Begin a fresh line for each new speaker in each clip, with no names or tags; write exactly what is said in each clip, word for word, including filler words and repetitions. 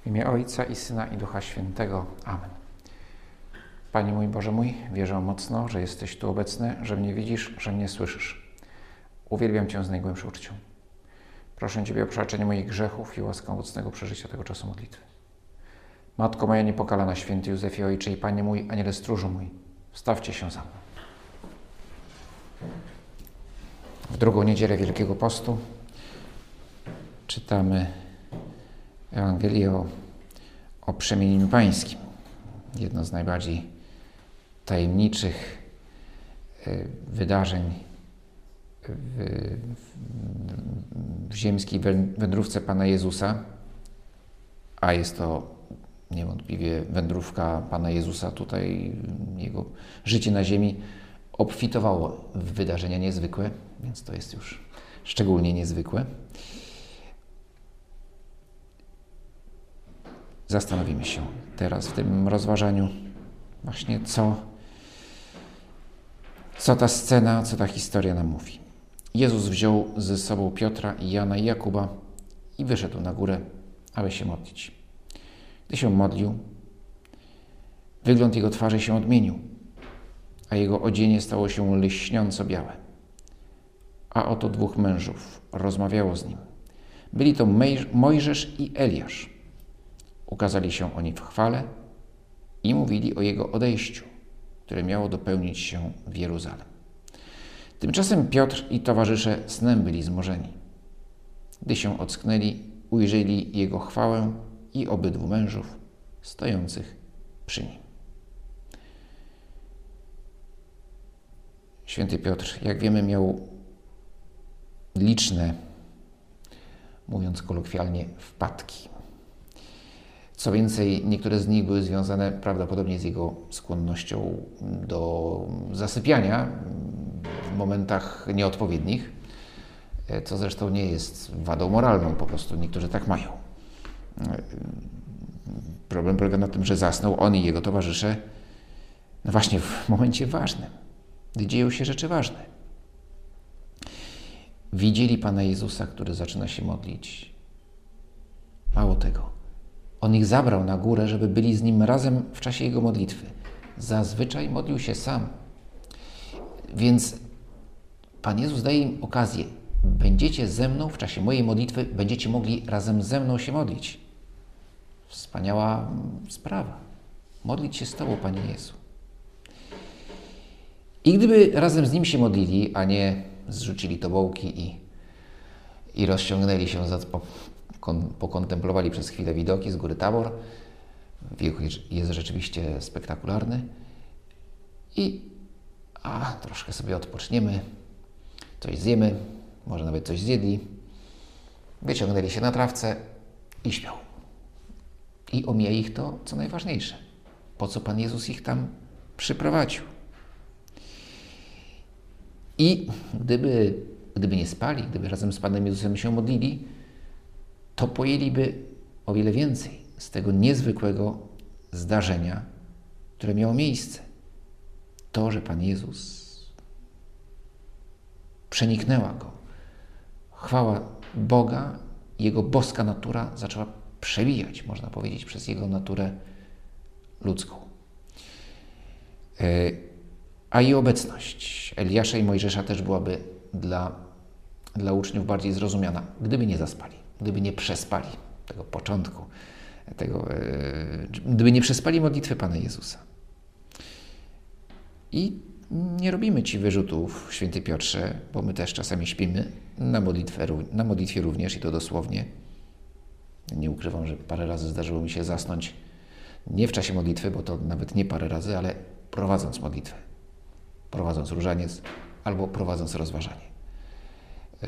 W imię Ojca i Syna i Ducha Świętego. Amen. Panie mój, Boże mój, wierzę mocno, że jesteś tu obecny, że mnie widzisz, że mnie słyszysz. Uwielbiam Cię z najgłębszą uczcią. Proszę Ciebie o przebaczenie moich grzechów i łaskę owocnego przeżycia tego czasu modlitwy. Matko moja niepokalana, święty Józefie, Ojcze i Panie mój, Aniele stróżu mój, wstawcie się za mną. W drugą niedzielę Wielkiego Postu czytamy Ewangelię o, o przemienieniu pańskim. Jedno z najbardziej tajemniczych y, wydarzeń w, w, w ziemskiej wędrówce Pana Jezusa, a jest to niewątpliwie wędrówka Pana Jezusa tutaj, Jego życie na ziemi obfitowało w wydarzenia niezwykłe, więc to jest już szczególnie niezwykłe. Zastanowimy się teraz w tym rozważaniu właśnie, co, co ta scena, co ta historia nam mówi. Jezus wziął ze sobą Piotra i Jana i Jakuba i wyszedł na górę, aby się modlić. Gdy się modlił, wygląd jego twarzy się odmienił, a jego odzienie stało się lśniąco białe. A oto dwóch mężów rozmawiało z nim. Byli to Mojżesz i Eliasz. Ukazali się oni w chwale i mówili o jego odejściu, które miało dopełnić się w Jeruzalem. Tymczasem Piotr i towarzysze snem byli zmorzeni. Gdy się ocknęli, ujrzeli jego chwałę i obydwu mężów stojących przy nim. Święty Piotr, jak wiemy, miał liczne, mówiąc kolokwialnie, wpadki. Co więcej, niektóre z nich były związane prawdopodobnie z jego skłonnością do zasypiania w momentach nieodpowiednich, co zresztą nie jest wadą moralną, po prostu niektórzy tak mają. Problem polega na tym, że zasnął on i jego towarzysze no właśnie w momencie ważnym, gdy dzieją się rzeczy ważne. Widzieli Pana Jezusa, który zaczyna się modlić. Mało tego, On ich zabrał na górę, żeby byli z Nim razem w czasie Jego modlitwy. Zazwyczaj modlił się sam. Więc Pan Jezus daje im okazję. Będziecie ze mną w czasie mojej modlitwy, będziecie mogli razem ze mną się modlić. Wspaniała sprawa. Modlić się z Tobą, Panie Jezu. I gdyby razem z Nim się modlili, a nie zrzucili tobołki i, i rozciągnęli się, za, po, kon, pokontemplowali przez chwilę widoki z góry Tabor, widok jest rzeczywiście spektakularny, i a troszkę sobie odpoczniemy, coś zjemy, może nawet coś zjedli, wyciągnęli się na trawce i śpią. I omija ich to, co najważniejsze. Po co Pan Jezus ich tam przyprowadził? I gdyby, gdyby nie spali, gdyby razem z Panem Jezusem się modlili, to pojęliby o wiele więcej z tego niezwykłego zdarzenia, które miało miejsce. To, że Pan Jezus przeniknęła Go. Chwała Boga, Jego boska natura zaczęła przebijać, można powiedzieć, przez Jego naturę ludzką. A i obecność Eliasza i Mojżesza też byłaby dla, dla uczniów bardziej zrozumiana, gdyby nie zaspali, gdyby nie przespali tego początku, tego, gdyby nie przespali modlitwy Pana Jezusa. I nie robimy Ci wyrzutów, Święty Piotrze, bo my też czasami śpimy na, modlitwę, na modlitwie również, i to dosłownie. Nie ukrywam, że parę razy zdarzyło mi się zasnąć nie w czasie modlitwy, bo to nawet nie parę razy, ale prowadząc modlitwę. Prowadząc różaniec albo prowadząc rozważanie. Yy,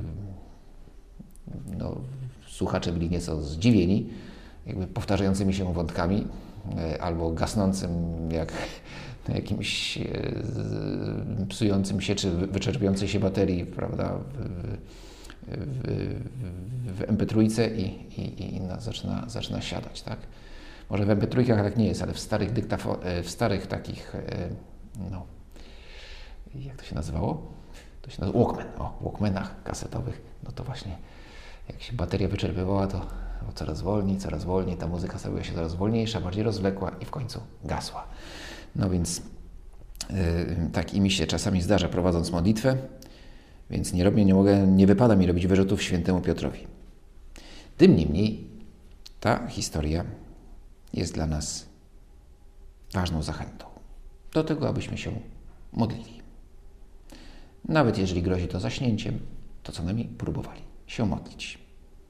no, słuchacze byli nieco zdziwieni jakby powtarzającymi się wątkami yy, albo gasnącym jak jakimś yy, psującym się czy wyczerpującej się baterii, prawda, w, w, w, w em pe trzy i, i, i no, zaczyna, zaczyna siadać, tak? Może w em pe trzy tak nie jest, ale w starych dyktafo- w starych takich yy, no jak to się nazywało? To się nazywa Walkman. O, Walkmanach kasetowych. No to właśnie, jak się bateria wyczerpywała, to Było coraz wolniej, coraz wolniej, ta muzyka stała się coraz wolniejsza, bardziej rozwlekła i w końcu gasła. No więc yy, tak i mi się czasami zdarza, prowadząc modlitwę, więc nie robię, nie mogę, nie wypada mi robić wyrzutów świętemu Piotrowi. Tym niemniej ta historia jest dla nas ważną zachętą do tego, abyśmy się modlili. Nawet jeżeli grozi to zaśnięciem, to co najmniej próbowali się modlić.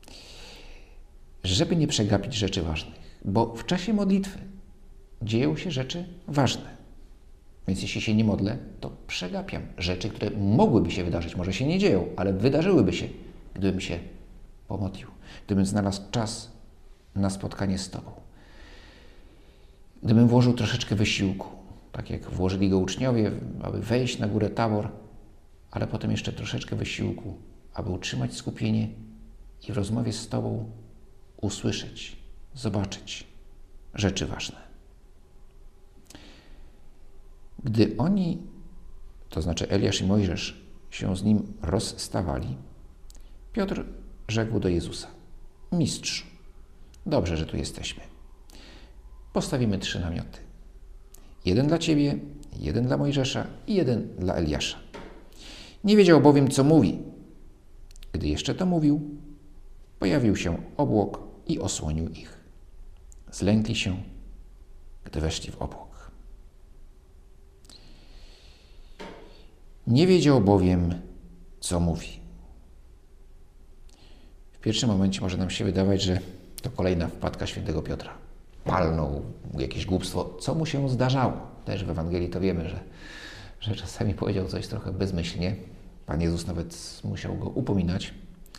Żeby nie przegapić rzeczy ważnych, bo w czasie modlitwy dzieją się rzeczy ważne. Więc jeśli się nie modlę, to przegapiam rzeczy, które mogłyby się wydarzyć. Może się nie dzieją, ale wydarzyłyby się, gdybym się pomodlił. Gdybym znalazł czas na spotkanie z Tobą. Gdybym włożył troszeczkę wysiłku, tak jak włożyli go uczniowie, aby wejść na górę Tabor, ale potem jeszcze troszeczkę wysiłku, aby utrzymać skupienie i w rozmowie z Tobą usłyszeć, zobaczyć rzeczy ważne. Gdy oni, to znaczy Eliasz i Mojżesz, się z nim rozstawali, Piotr rzekł do Jezusa: Mistrzu, dobrze, że tu jesteśmy. Postawimy trzy namioty. Jeden dla Ciebie, jeden dla Mojżesza i jeden dla Eliasza. Nie wiedział bowiem, co mówi. Gdy jeszcze to mówił, pojawił się obłok i osłonił ich. Zlękli się, gdy weszli w obłok. Nie wiedział bowiem, co mówi. W pierwszym momencie może nam się wydawać, że to kolejna wpadka świętego Piotra. Palnął jakieś głupstwo. Co mu się zdarzało? Też w Ewangelii to wiemy, że, że czasami powiedział coś trochę bezmyślnie. Pan Jezus nawet musiał go upominać.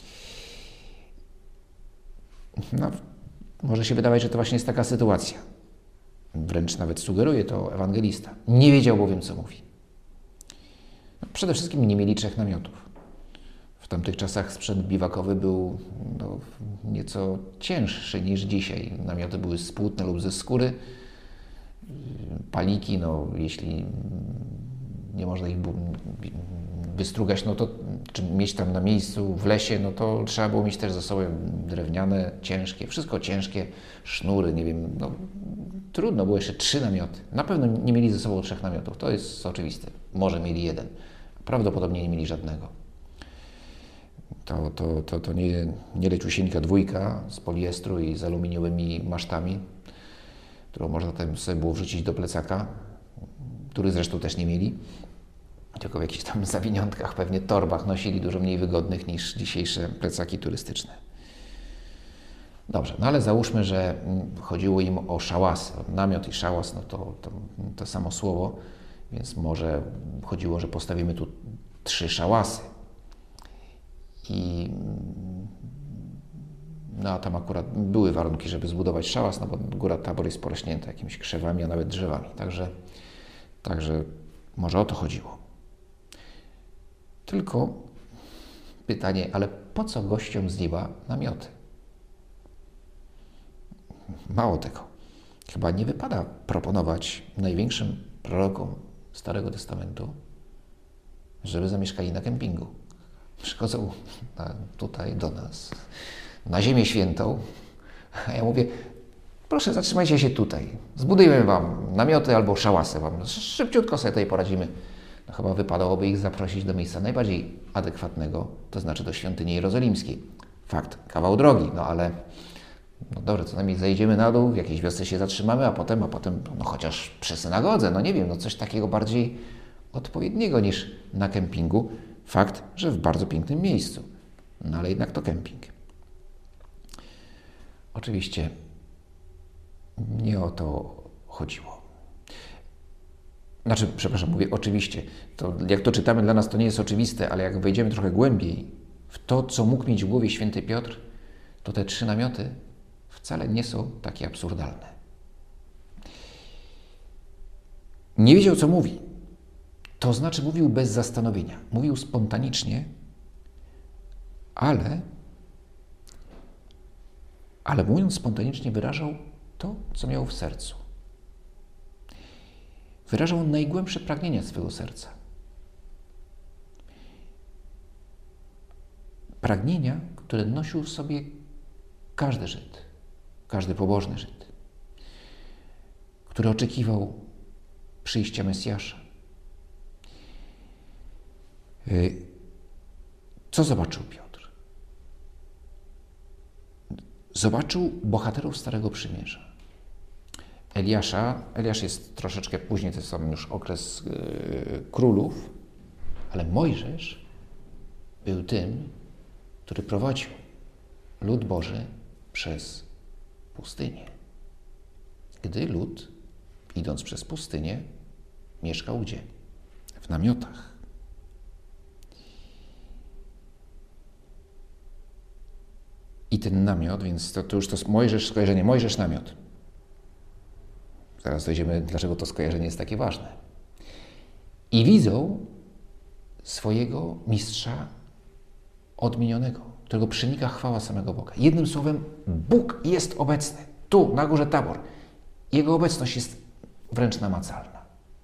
No, może się wydawać, że to właśnie jest taka sytuacja. Wręcz nawet sugeruje to ewangelista. Nie wiedział bowiem, co mówi. No, przede wszystkim nie mieli trzech namiotów. W tamtych czasach sprzęt biwakowy był no, nieco cięższy niż dzisiaj. Namioty były z płótna lub ze skóry. Paliki, no, jeśli nie można ich wystrugać, no to czy mieć tam na miejscu w lesie, no to trzeba było mieć też ze sobą drewniane, ciężkie, wszystko ciężkie, sznury, nie wiem, no trudno było jeszcze trzy namioty. Na pewno nie mieli ze sobą trzech namiotów, to jest oczywiste. Może mieli jeden, prawdopodobnie nie mieli żadnego. To, to, to, to nie, nie leciusieńka dwójka z poliestru i z aluminiowymi masztami, którą można tam sobie było wrzucić do plecaka, który zresztą też nie mieli, tylko w jakichś tam zawiniątkach, pewnie torbach nosili, dużo mniej wygodnych niż dzisiejsze plecaki turystyczne. Dobrze, no ale załóżmy, że chodziło im o szałasy. Namiot i szałas, no to, to, to samo słowo, więc może chodziło, że postawimy tu trzy szałasy. I no a tam akurat były warunki, żeby zbudować szałas, no bo góra Tabor jest porośnięta jakimiś krzewami, a nawet drzewami. Także, także może o to chodziło. Tylko pytanie, ale po co gościom z nieba namioty? Mało tego. Chyba nie wypada proponować największym prorokom Starego Testamentu, żeby zamieszkali na kempingu. Przychodzą na, tutaj do nas, na Ziemię Świętą, a ja mówię, proszę zatrzymajcie się tutaj, zbudujemy wam namioty albo szałasy wam, szybciutko sobie tutaj poradzimy. No chyba wypadałoby ich zaprosić do miejsca najbardziej adekwatnego, to znaczy do świątyni jerozolimskiej. Fakt, kawał drogi, no ale no dobrze, co najmniej zejdziemy na dół, w jakiejś wiosce się zatrzymamy, a potem, a potem no chociaż przy synagodze, no nie wiem, no coś takiego bardziej odpowiedniego niż na kempingu. Fakt, że w bardzo pięknym miejscu, no ale jednak to kemping. Oczywiście nie o to chodziło. Znaczy, przepraszam, mówię oczywiście. To, jak to czytamy, dla nas to nie jest oczywiste, ale jak wejdziemy trochę głębiej w to, co mógł mieć w głowie święty Piotr, to te trzy namioty wcale nie są takie absurdalne. Nie wiedział, co mówi. To znaczy mówił bez zastanowienia. Mówił spontanicznie, ale, ale mówiąc spontanicznie wyrażał to, co miał w sercu. Wyrażał najgłębsze pragnienia swego serca. Pragnienia, które nosił w sobie każdy Żyd, każdy pobożny Żyd, który oczekiwał przyjścia Mesjasza. Co zobaczył Piotr? Zobaczył bohaterów Starego Przymierza. Eliasza, Eliasz jest troszeczkę później, to jest już okres yy, królów, ale Mojżesz był tym, który prowadził lud Boży przez pustynię. Gdy lud, idąc przez pustynię, mieszkał gdzie? W namiotach. I ten namiot, więc to, to już to jest Mojżesz, skojarzenie Mojżesz, namiot. Zaraz dojdziemy, dlaczego to skojarzenie jest takie ważne. I widzą swojego mistrza odmienionego, którego przenika chwała samego Boga. Jednym słowem, Bóg jest obecny. Tu, na górze Tabor. Jego obecność jest wręcz namacalna.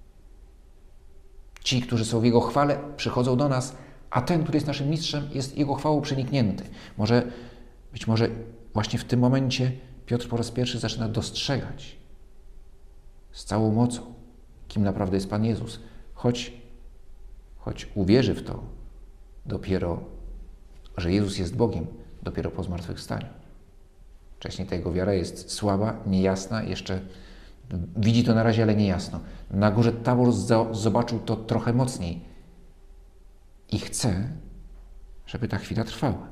Ci, którzy są w Jego chwale, przychodzą do nas, a ten, który jest naszym mistrzem, jest Jego chwałą przeniknięty. Może, być może właśnie w tym momencie Piotr po raz pierwszy zaczyna dostrzegać z całą mocą, kim naprawdę jest Pan Jezus. Choć, choć uwierzy w to dopiero, że Jezus jest Bogiem, dopiero po zmartwychwstaniu. Wcześniej ta jego wiara jest słaba, niejasna, jeszcze widzi to na razie, ale niejasno. Na górze Tabor zobaczył to trochę mocniej i chce, żeby ta chwila trwała.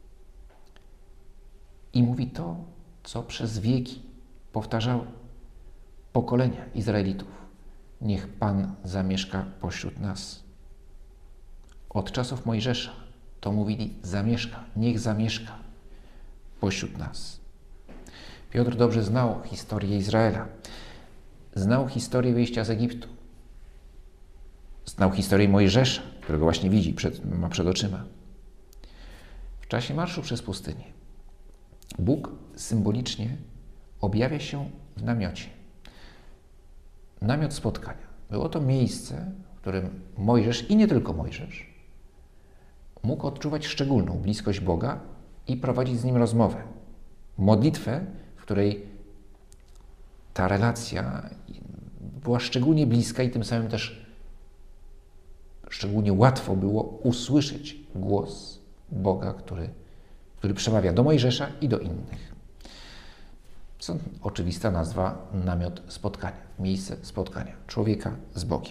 I mówi to, co przez wieki powtarzały pokolenia Izraelitów. Niech Pan zamieszka pośród nas. Od czasów Mojżesza to mówili zamieszka, niech zamieszka pośród nas. Piotr dobrze znał historię Izraela. Znał historię wyjścia z Egiptu. Znał historię Mojżesza, którego właśnie widzi, przed, ma przed oczyma. W czasie marszu przez pustynię Bóg symbolicznie objawia się w namiocie. Namiot spotkania. Było to miejsce, w którym Mojżesz i nie tylko Mojżesz mógł odczuwać szczególną bliskość Boga i prowadzić z Nim rozmowę. Modlitwę, w której ta relacja była szczególnie bliska i tym samym też szczególnie łatwo było usłyszeć głos Boga, który, który przemawia do Mojżesza i do innych. Stąd oczywista nazwa namiot spotkania, miejsce spotkania człowieka z Bogiem.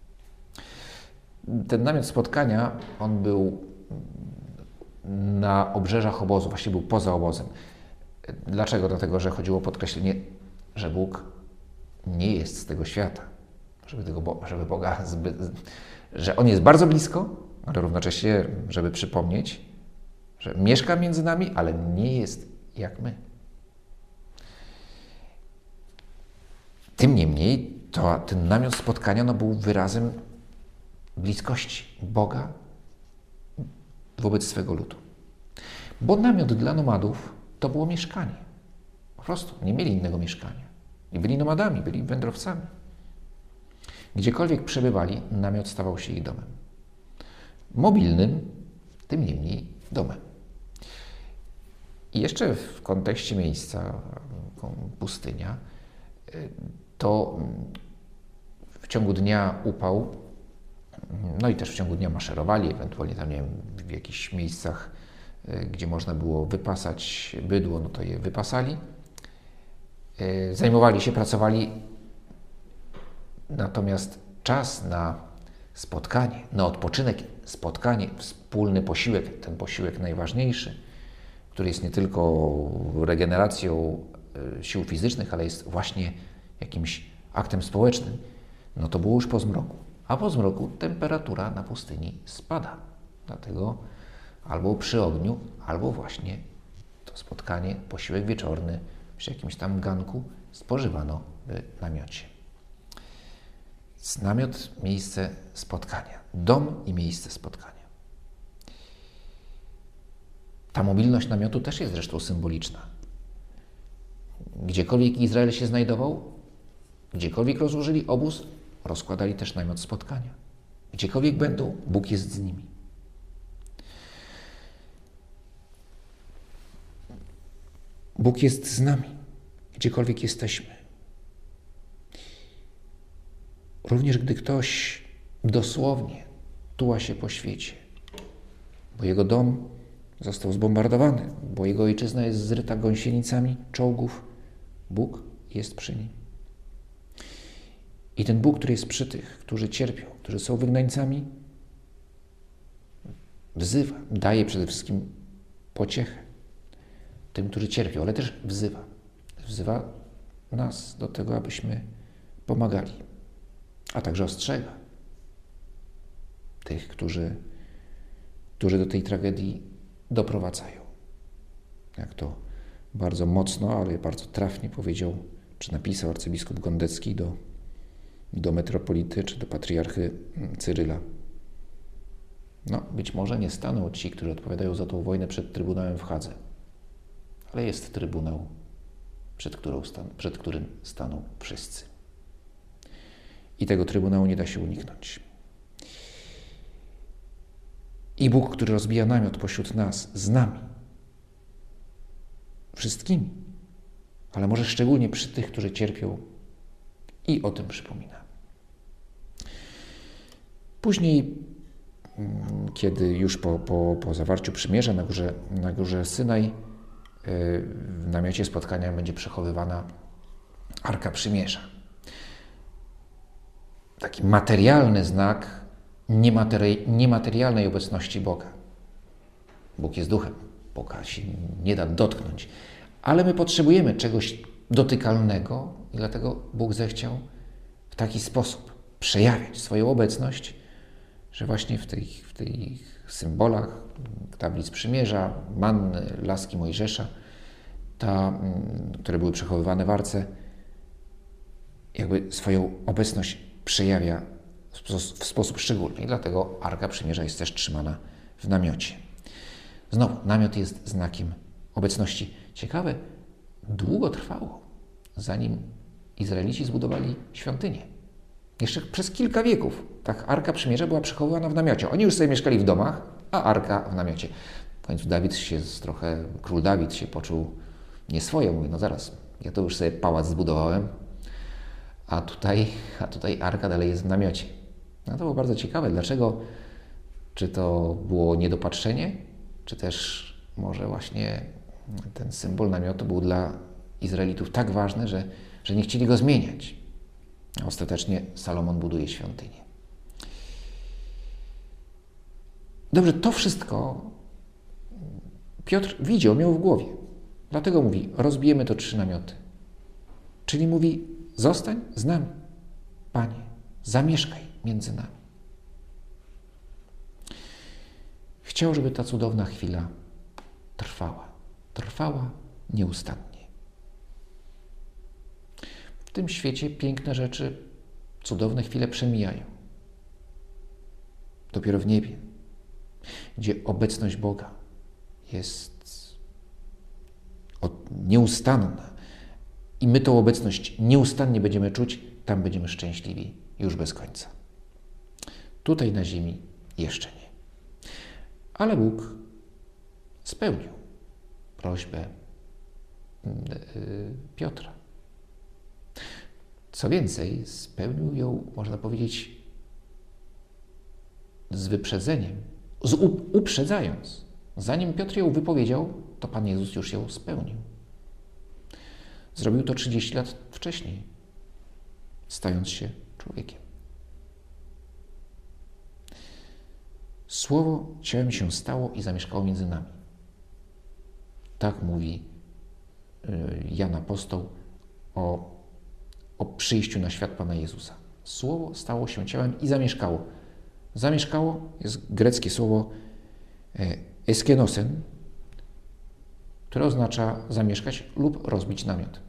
Ten namiot spotkania, on był na obrzeżach obozu, właściwie był poza obozem. Dlaczego? Dlatego, że chodziło o podkreślenie, że Bóg nie jest z tego świata, żeby, tego, żeby Boga, zbyt, że On jest bardzo blisko, ale równocześnie, żeby przypomnieć, że mieszka między nami, ale nie jest jak my. Tym niemniej to, ten namiot spotkania no, był wyrazem bliskości Boga wobec swego ludu. Bo namiot dla nomadów to było mieszkanie. Po prostu nie mieli innego mieszkania. I byli nomadami, byli wędrowcami. Gdziekolwiek przebywali, namiot stawał się ich domem. Mobilnym, tym niemniej domem. I jeszcze w kontekście miejsca, pustynia, to w ciągu dnia upał, no i też w ciągu dnia maszerowali, ewentualnie tam, nie wiem, w jakichś miejscach, gdzie można było wypasać bydło, no to je wypasali. Zajmowali się, pracowali, natomiast czas na spotkanie, na odpoczynek, spotkanie, wspólny posiłek, ten posiłek najważniejszy, który jest nie tylko regeneracją sił fizycznych, ale jest właśnie jakimś aktem społecznym, no to było już po zmroku. A po zmroku temperatura na pustyni spada. Dlatego albo przy ogniu, albo właśnie to spotkanie, posiłek wieczorny przy jakimś tam ganku spożywano w namiocie. Namiot, miejsce spotkania. Dom i miejsce spotkania. Ta mobilność namiotu też jest zresztą symboliczna. Gdziekolwiek Izrael się znajdował, gdziekolwiek rozłożyli obóz, rozkładali też namiot spotkania. Gdziekolwiek będą, Bóg jest z nimi. Bóg jest z nami, gdziekolwiek jesteśmy. Również gdy ktoś dosłownie tuła się po świecie, bo jego dom został zbombardowany, bo jego ojczyzna jest zryta gąsienicami czołgów, Bóg jest przy nim. I ten Bóg, który jest przy tych, którzy cierpią, którzy są wygnańcami, wzywa, daje przede wszystkim pociechę tym, którzy cierpią, ale też wzywa. Wzywa nas do tego, abyśmy pomagali, a także ostrzega tych, którzy, którzy do tej tragedii doprowadzają. Jak to bardzo mocno, ale bardzo trafnie powiedział, czy napisał arcybiskup Gondecki do, do metropolity, czy do patriarchy Cyryla. No, być może nie staną ci, którzy odpowiadają za tą wojnę przed Trybunałem w Hadze, ale jest Trybunał, przed, którą stan, przed którym staną wszyscy. I tego Trybunału nie da się uniknąć. I Bóg, który rozbija namiot pośród nas, z nami, wszystkimi, ale może szczególnie przy tych, którzy cierpią, i o tym przypomina. Później, kiedy już po, po, po zawarciu przymierza na górze, na górze Synaj, w namiocie spotkania będzie przechowywana Arka Przymierza. Taki materialny znak niematery, niematerialnej obecności Boga. Bóg jest duchem, Boga się nie da dotknąć, ale my potrzebujemy czegoś dotykalnego i dlatego Bóg zechciał w taki sposób przejawiać swoją obecność, że właśnie w tych, w tych symbolach tablic przymierza, manny, laski Mojżesza, ta, które były przechowywane w arce, jakby swoją obecność przejawia w sposób szczególny. I dlatego Arka Przymierza jest też trzymana w namiocie. Znowu, namiot jest znakiem obecności. Ciekawe, długo trwało, zanim Izraelici zbudowali świątynię. Jeszcze przez kilka wieków tak Arka Przymierza była przechowywana w namiocie. Oni już sobie mieszkali w domach, a Arka w namiocie. W końcu Dawid się trochę, król Dawid się poczuł nieswojo. Mówi, no zaraz, ja to już sobie pałac zbudowałem, a tutaj, a tutaj Arka dalej jest w namiocie. No to było bardzo ciekawe. Dlaczego? Czy to było niedopatrzenie, czy też może właśnie ten symbol namiotu był dla Izraelitów tak ważny, że, że nie chcieli go zmieniać. A ostatecznie Salomon buduje świątynię. Dobrze, to wszystko Piotr widział, miał w głowie. Dlatego mówi, rozbijemy to trzy namioty. Czyli mówi, zostań z nami, Panie, zamieszkaj między nami. Chciał, żeby ta cudowna chwila trwała. Trwała nieustannie. W tym świecie piękne rzeczy, cudowne chwile przemijają. Dopiero w niebie, gdzie obecność Boga jest nieustanna i my tą obecność nieustannie będziemy czuć, tam będziemy szczęśliwi już bez końca. Tutaj na ziemi jeszcze nie. Ale Bóg spełnił prośbę Piotra. Co więcej, spełnił ją, można powiedzieć, z wyprzedzeniem, z uprzedzając. Zanim Piotr ją wypowiedział, to Pan Jezus już ją spełnił. Zrobił to trzydzieści lat wcześniej, stając się człowiekiem. Słowo ciałem się stało i zamieszkało między nami. Tak mówi Jan Apostoł o, o przyjściu na świat Pana Jezusa. Słowo stało się ciałem i zamieszkało. Zamieszkało jest greckie słowo eskenosen, które oznacza zamieszkać lub rozbić namiot.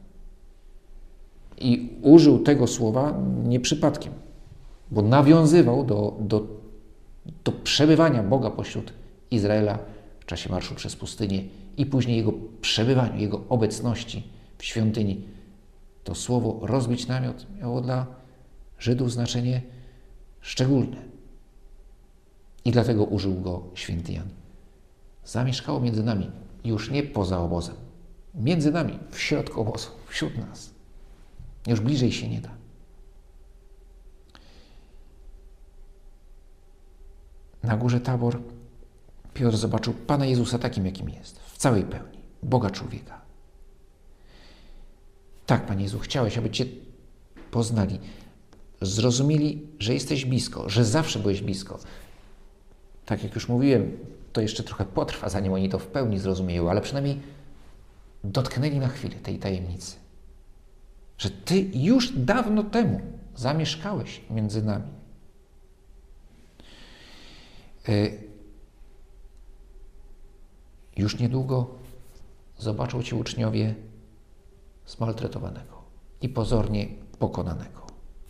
I użył tego słowa nie przypadkiem, bo nawiązywał do, do, do przebywania Boga pośród Izraela w czasie marszu przez pustynię i później Jego przebywaniu, Jego obecności w świątyni. To słowo rozbić namiot miało dla Żydów znaczenie szczególne. I dlatego użył go święty Jan. Zamieszkało między nami, już nie poza obozem, między nami, w środku obozu, wśród nas. Już bliżej się nie da. Na górze Tabor Piotr zobaczył Pana Jezusa takim, jakim jest, w całej pełni, Boga człowieka. Tak, Panie Jezu, chciałeś, aby Cię poznali, zrozumieli, że jesteś blisko, że zawsze byłeś blisko. Tak jak już mówiłem, to jeszcze trochę potrwa, zanim oni to w pełni zrozumieją, ale przynajmniej dotknęli na chwilę tej tajemnicy, że Ty już dawno temu zamieszkałeś między nami. Już niedługo zobaczą Cię uczniowie zmaltretowanego i pozornie pokonanego.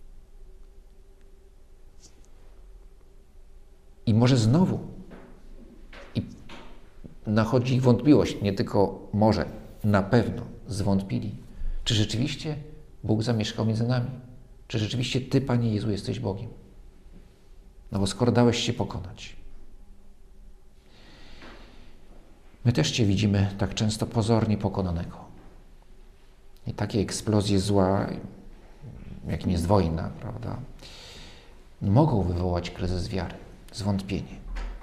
I może znowu i nachodzi ich wątpliwość, nie tylko może, na pewno zwątpili, czy rzeczywiście Bóg zamieszkał między nami, czy rzeczywiście Ty, Panie Jezu, jesteś Bogiem. No bo skoro dałeś się pokonać. My też Cię widzimy tak często pozornie pokonanego. I takie eksplozje zła, jakim jest wojna, prawda, mogą wywołać kryzys wiary, zwątpienie.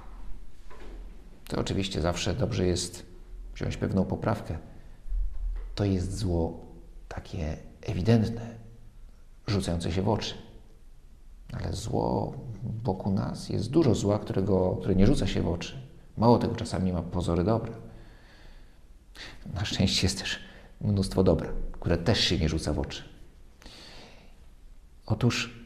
To oczywiście zawsze dobrze jest wziąć pewną poprawkę. To jest zło takie ewidentne, rzucające się w oczy. Ale zło wokół nas, jest dużo zła, którego, które nie rzuca się w oczy. Mało tego, czasami ma pozory dobre. Na szczęście jest też mnóstwo dobra, które też się nie rzuca w oczy. Otóż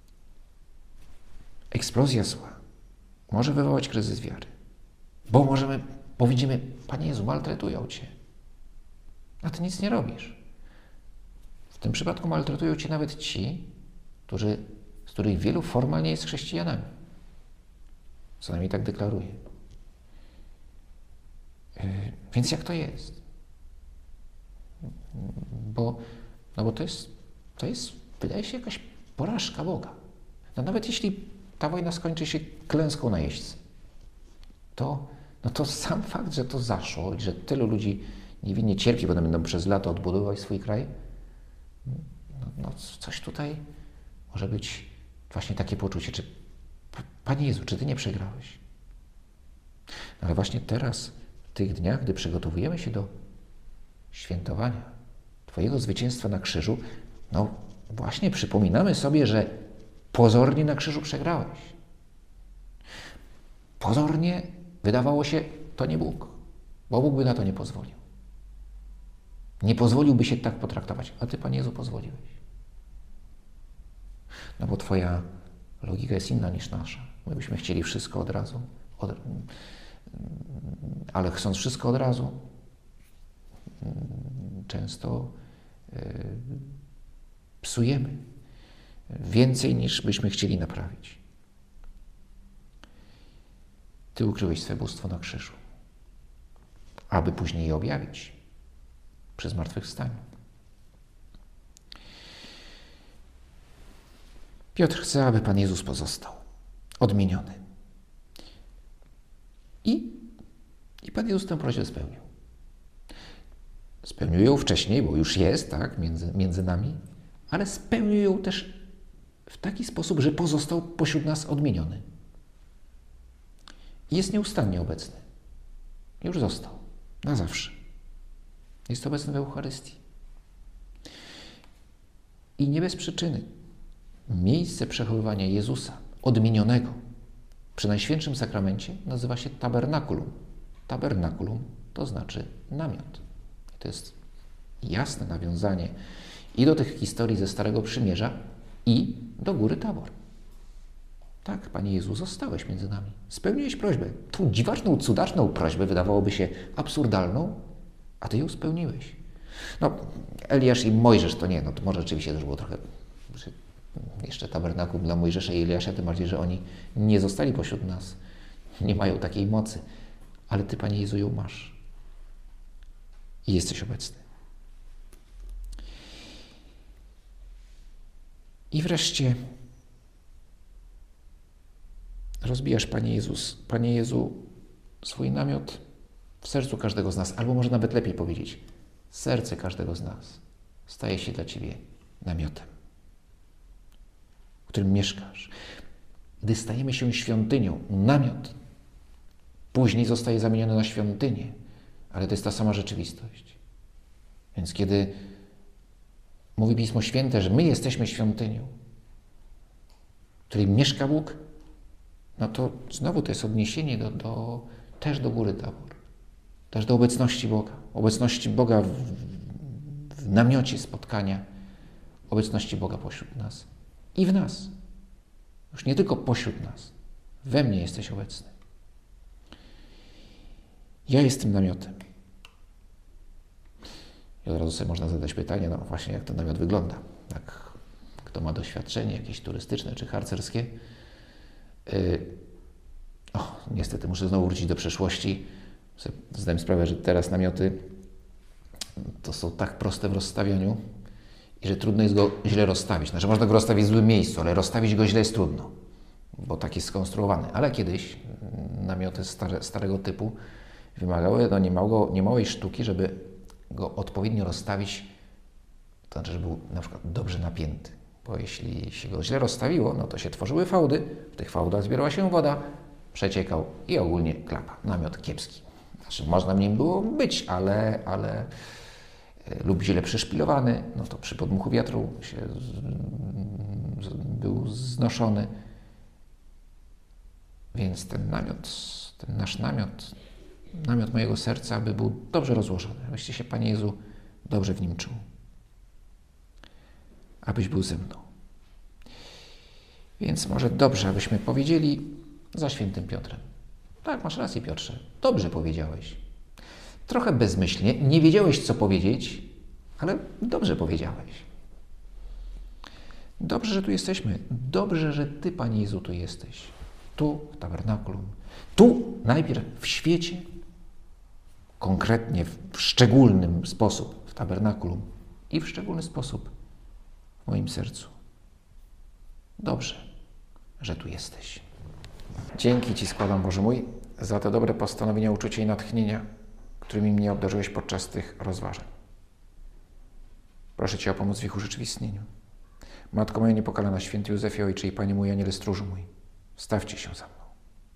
eksplozja zła może wywołać kryzys wiary, bo możemy, bo widzimy, Panie Jezu, maltretują Cię, a Ty nic nie robisz. W tym przypadku maltretują Cię nawet ci, którzy, z których wielu formalnie jest chrześcijanami. Co najmniej tak deklaruje. Yy, więc jak to jest? Bo, no bo to jest, to jest, wydaje się, jakaś porażka Boga. No nawet jeśli ta wojna skończy się klęską najeźdźcy, to, no to sam fakt, że to zaszło i że tylu ludzi niewinnie cierpi, bo będą przez lata odbudowywać swój kraj, no, no coś tutaj może być właśnie takie poczucie, czy Panie Jezu, czy Ty nie przegrałeś? No ale właśnie teraz, w tych dniach, gdy przygotowujemy się do świętowania Twojego zwycięstwa na krzyżu, no właśnie przypominamy sobie, że pozornie na krzyżu przegrałeś. Pozornie wydawało się, to nie Bóg, bo Bóg by na to nie pozwolił. Nie pozwoliłby się tak potraktować, a Ty, Panie Jezu, pozwoliłeś. No bo Twoja logika jest inna niż nasza. My byśmy chcieli wszystko od razu, od... ale chcąc wszystko od razu, często psujemy więcej, niż byśmy chcieli naprawić. Ty ukryłeś swe bóstwo na krzyżu, aby później je objawić przy zmartwychwstaniu. Piotr chce, aby Pan Jezus pozostał odmieniony. I, i Pan Jezus tę prośbę spełnił. Spełnił ją wcześniej, bo już jest, tak, między, między nami, ale spełnił ją też w taki sposób, że pozostał pośród nas odmieniony. I jest nieustannie obecny. Już został. Na zawsze. Jest obecny w Eucharystii. I nie bez przyczyny. Miejsce przechowywania Jezusa, odmienionego, przy Najświętszym Sakramencie nazywa się tabernakulum. Tabernakulum to znaczy namiot. I to jest jasne nawiązanie i do tych historii ze Starego Przymierza, i do góry Tabor. Tak, Panie Jezu, zostałeś między nami. Spełniłeś prośbę. Tą dziwaczną, cudaczną prośbę, wydawałoby się absurdalną, a Ty ją spełniłeś. No, Eliasz i Mojżesz to nie, no to może rzeczywiście też było trochę jeszcze tabernakulum dla Mojżesza i Eliasza, tym bardziej, że oni nie zostali pośród nas. Nie mają takiej mocy. Ale Ty, Panie Jezu, ją masz. I jesteś obecny. I wreszcie rozbijasz, Panie Jezus, Panie Jezu, swój namiot w sercu każdego z nas, albo może nawet lepiej powiedzieć, serce każdego z nas staje się dla Ciebie namiotem, w którym mieszkasz. Gdy stajemy się świątynią, namiot później zostaje zamieniony na świątynię, ale to jest ta sama rzeczywistość. Więc kiedy mówi Pismo Święte, że my jesteśmy świątynią, w której mieszka Bóg, no to znowu to jest odniesienie do, do, też do góry Tabor, też do obecności Boga, obecności Boga w, w namiocie spotkania, obecności Boga pośród nas i w nas. Już nie tylko pośród nas, we mnie jesteś obecny. Ja jestem namiotem. I od razu sobie można zadać pytanie, no właśnie jak ten namiot wygląda. Jak kto ma doświadczenie jakieś turystyczne czy harcerskie. Yy, o, niestety muszę znowu wrócić do przeszłości. Zdałem sprawę, że teraz namioty to są tak proste w rozstawianiu i że trudno jest go źle rozstawić. Znaczy można go rozstawić w złym miejscu, ale rozstawić go źle jest trudno, bo tak jest skonstruowany. Ale kiedyś namioty stare, starego typu wymagały no, niemało, niemałej sztuki, żeby go odpowiednio rozstawić, to znaczy, żeby był na przykład dobrze napięty. Bo jeśli się go źle rozstawiło, no to się tworzyły fałdy, w tych fałdach zbierała się woda, przeciekał i ogólnie klapa. Namiot kiepski. Znaczy, można w nim było być, ale, ale lub źle przyszpilowany, no to przy podmuchu wiatru się z, z, był znoszony. Więc ten namiot, ten nasz namiot, namiot mojego serca, aby był dobrze rozłożony, abyście się, Panie Jezu, dobrze w nim czuł. Abyś był ze mną. Więc może dobrze, abyśmy powiedzieli za świętym Piotrem. Tak, masz rację, Piotrze. Dobrze powiedziałeś. Trochę bezmyślnie, nie wiedziałeś, co powiedzieć, ale dobrze powiedziałeś. Dobrze, że tu jesteśmy. Dobrze, że Ty, Panie Jezu, tu jesteś. Tu, w tabernakulum. Tu, najpierw w świecie, konkretnie, w szczególnym sposób w tabernakulum i w szczególny sposób w moim sercu. Dobrze, że tu jesteś. Dzięki Ci składam, Boże mój, za te dobre postanowienia, uczucia i natchnienia, którymi mnie obdarzyłeś podczas tych rozważań. Proszę Cię o pomoc w ich urzeczywistnieniu. Matko moja niepokalana, święty Józefie, Ojcze i Panie mój, Aniele stróżu mój, stawcie się za mną.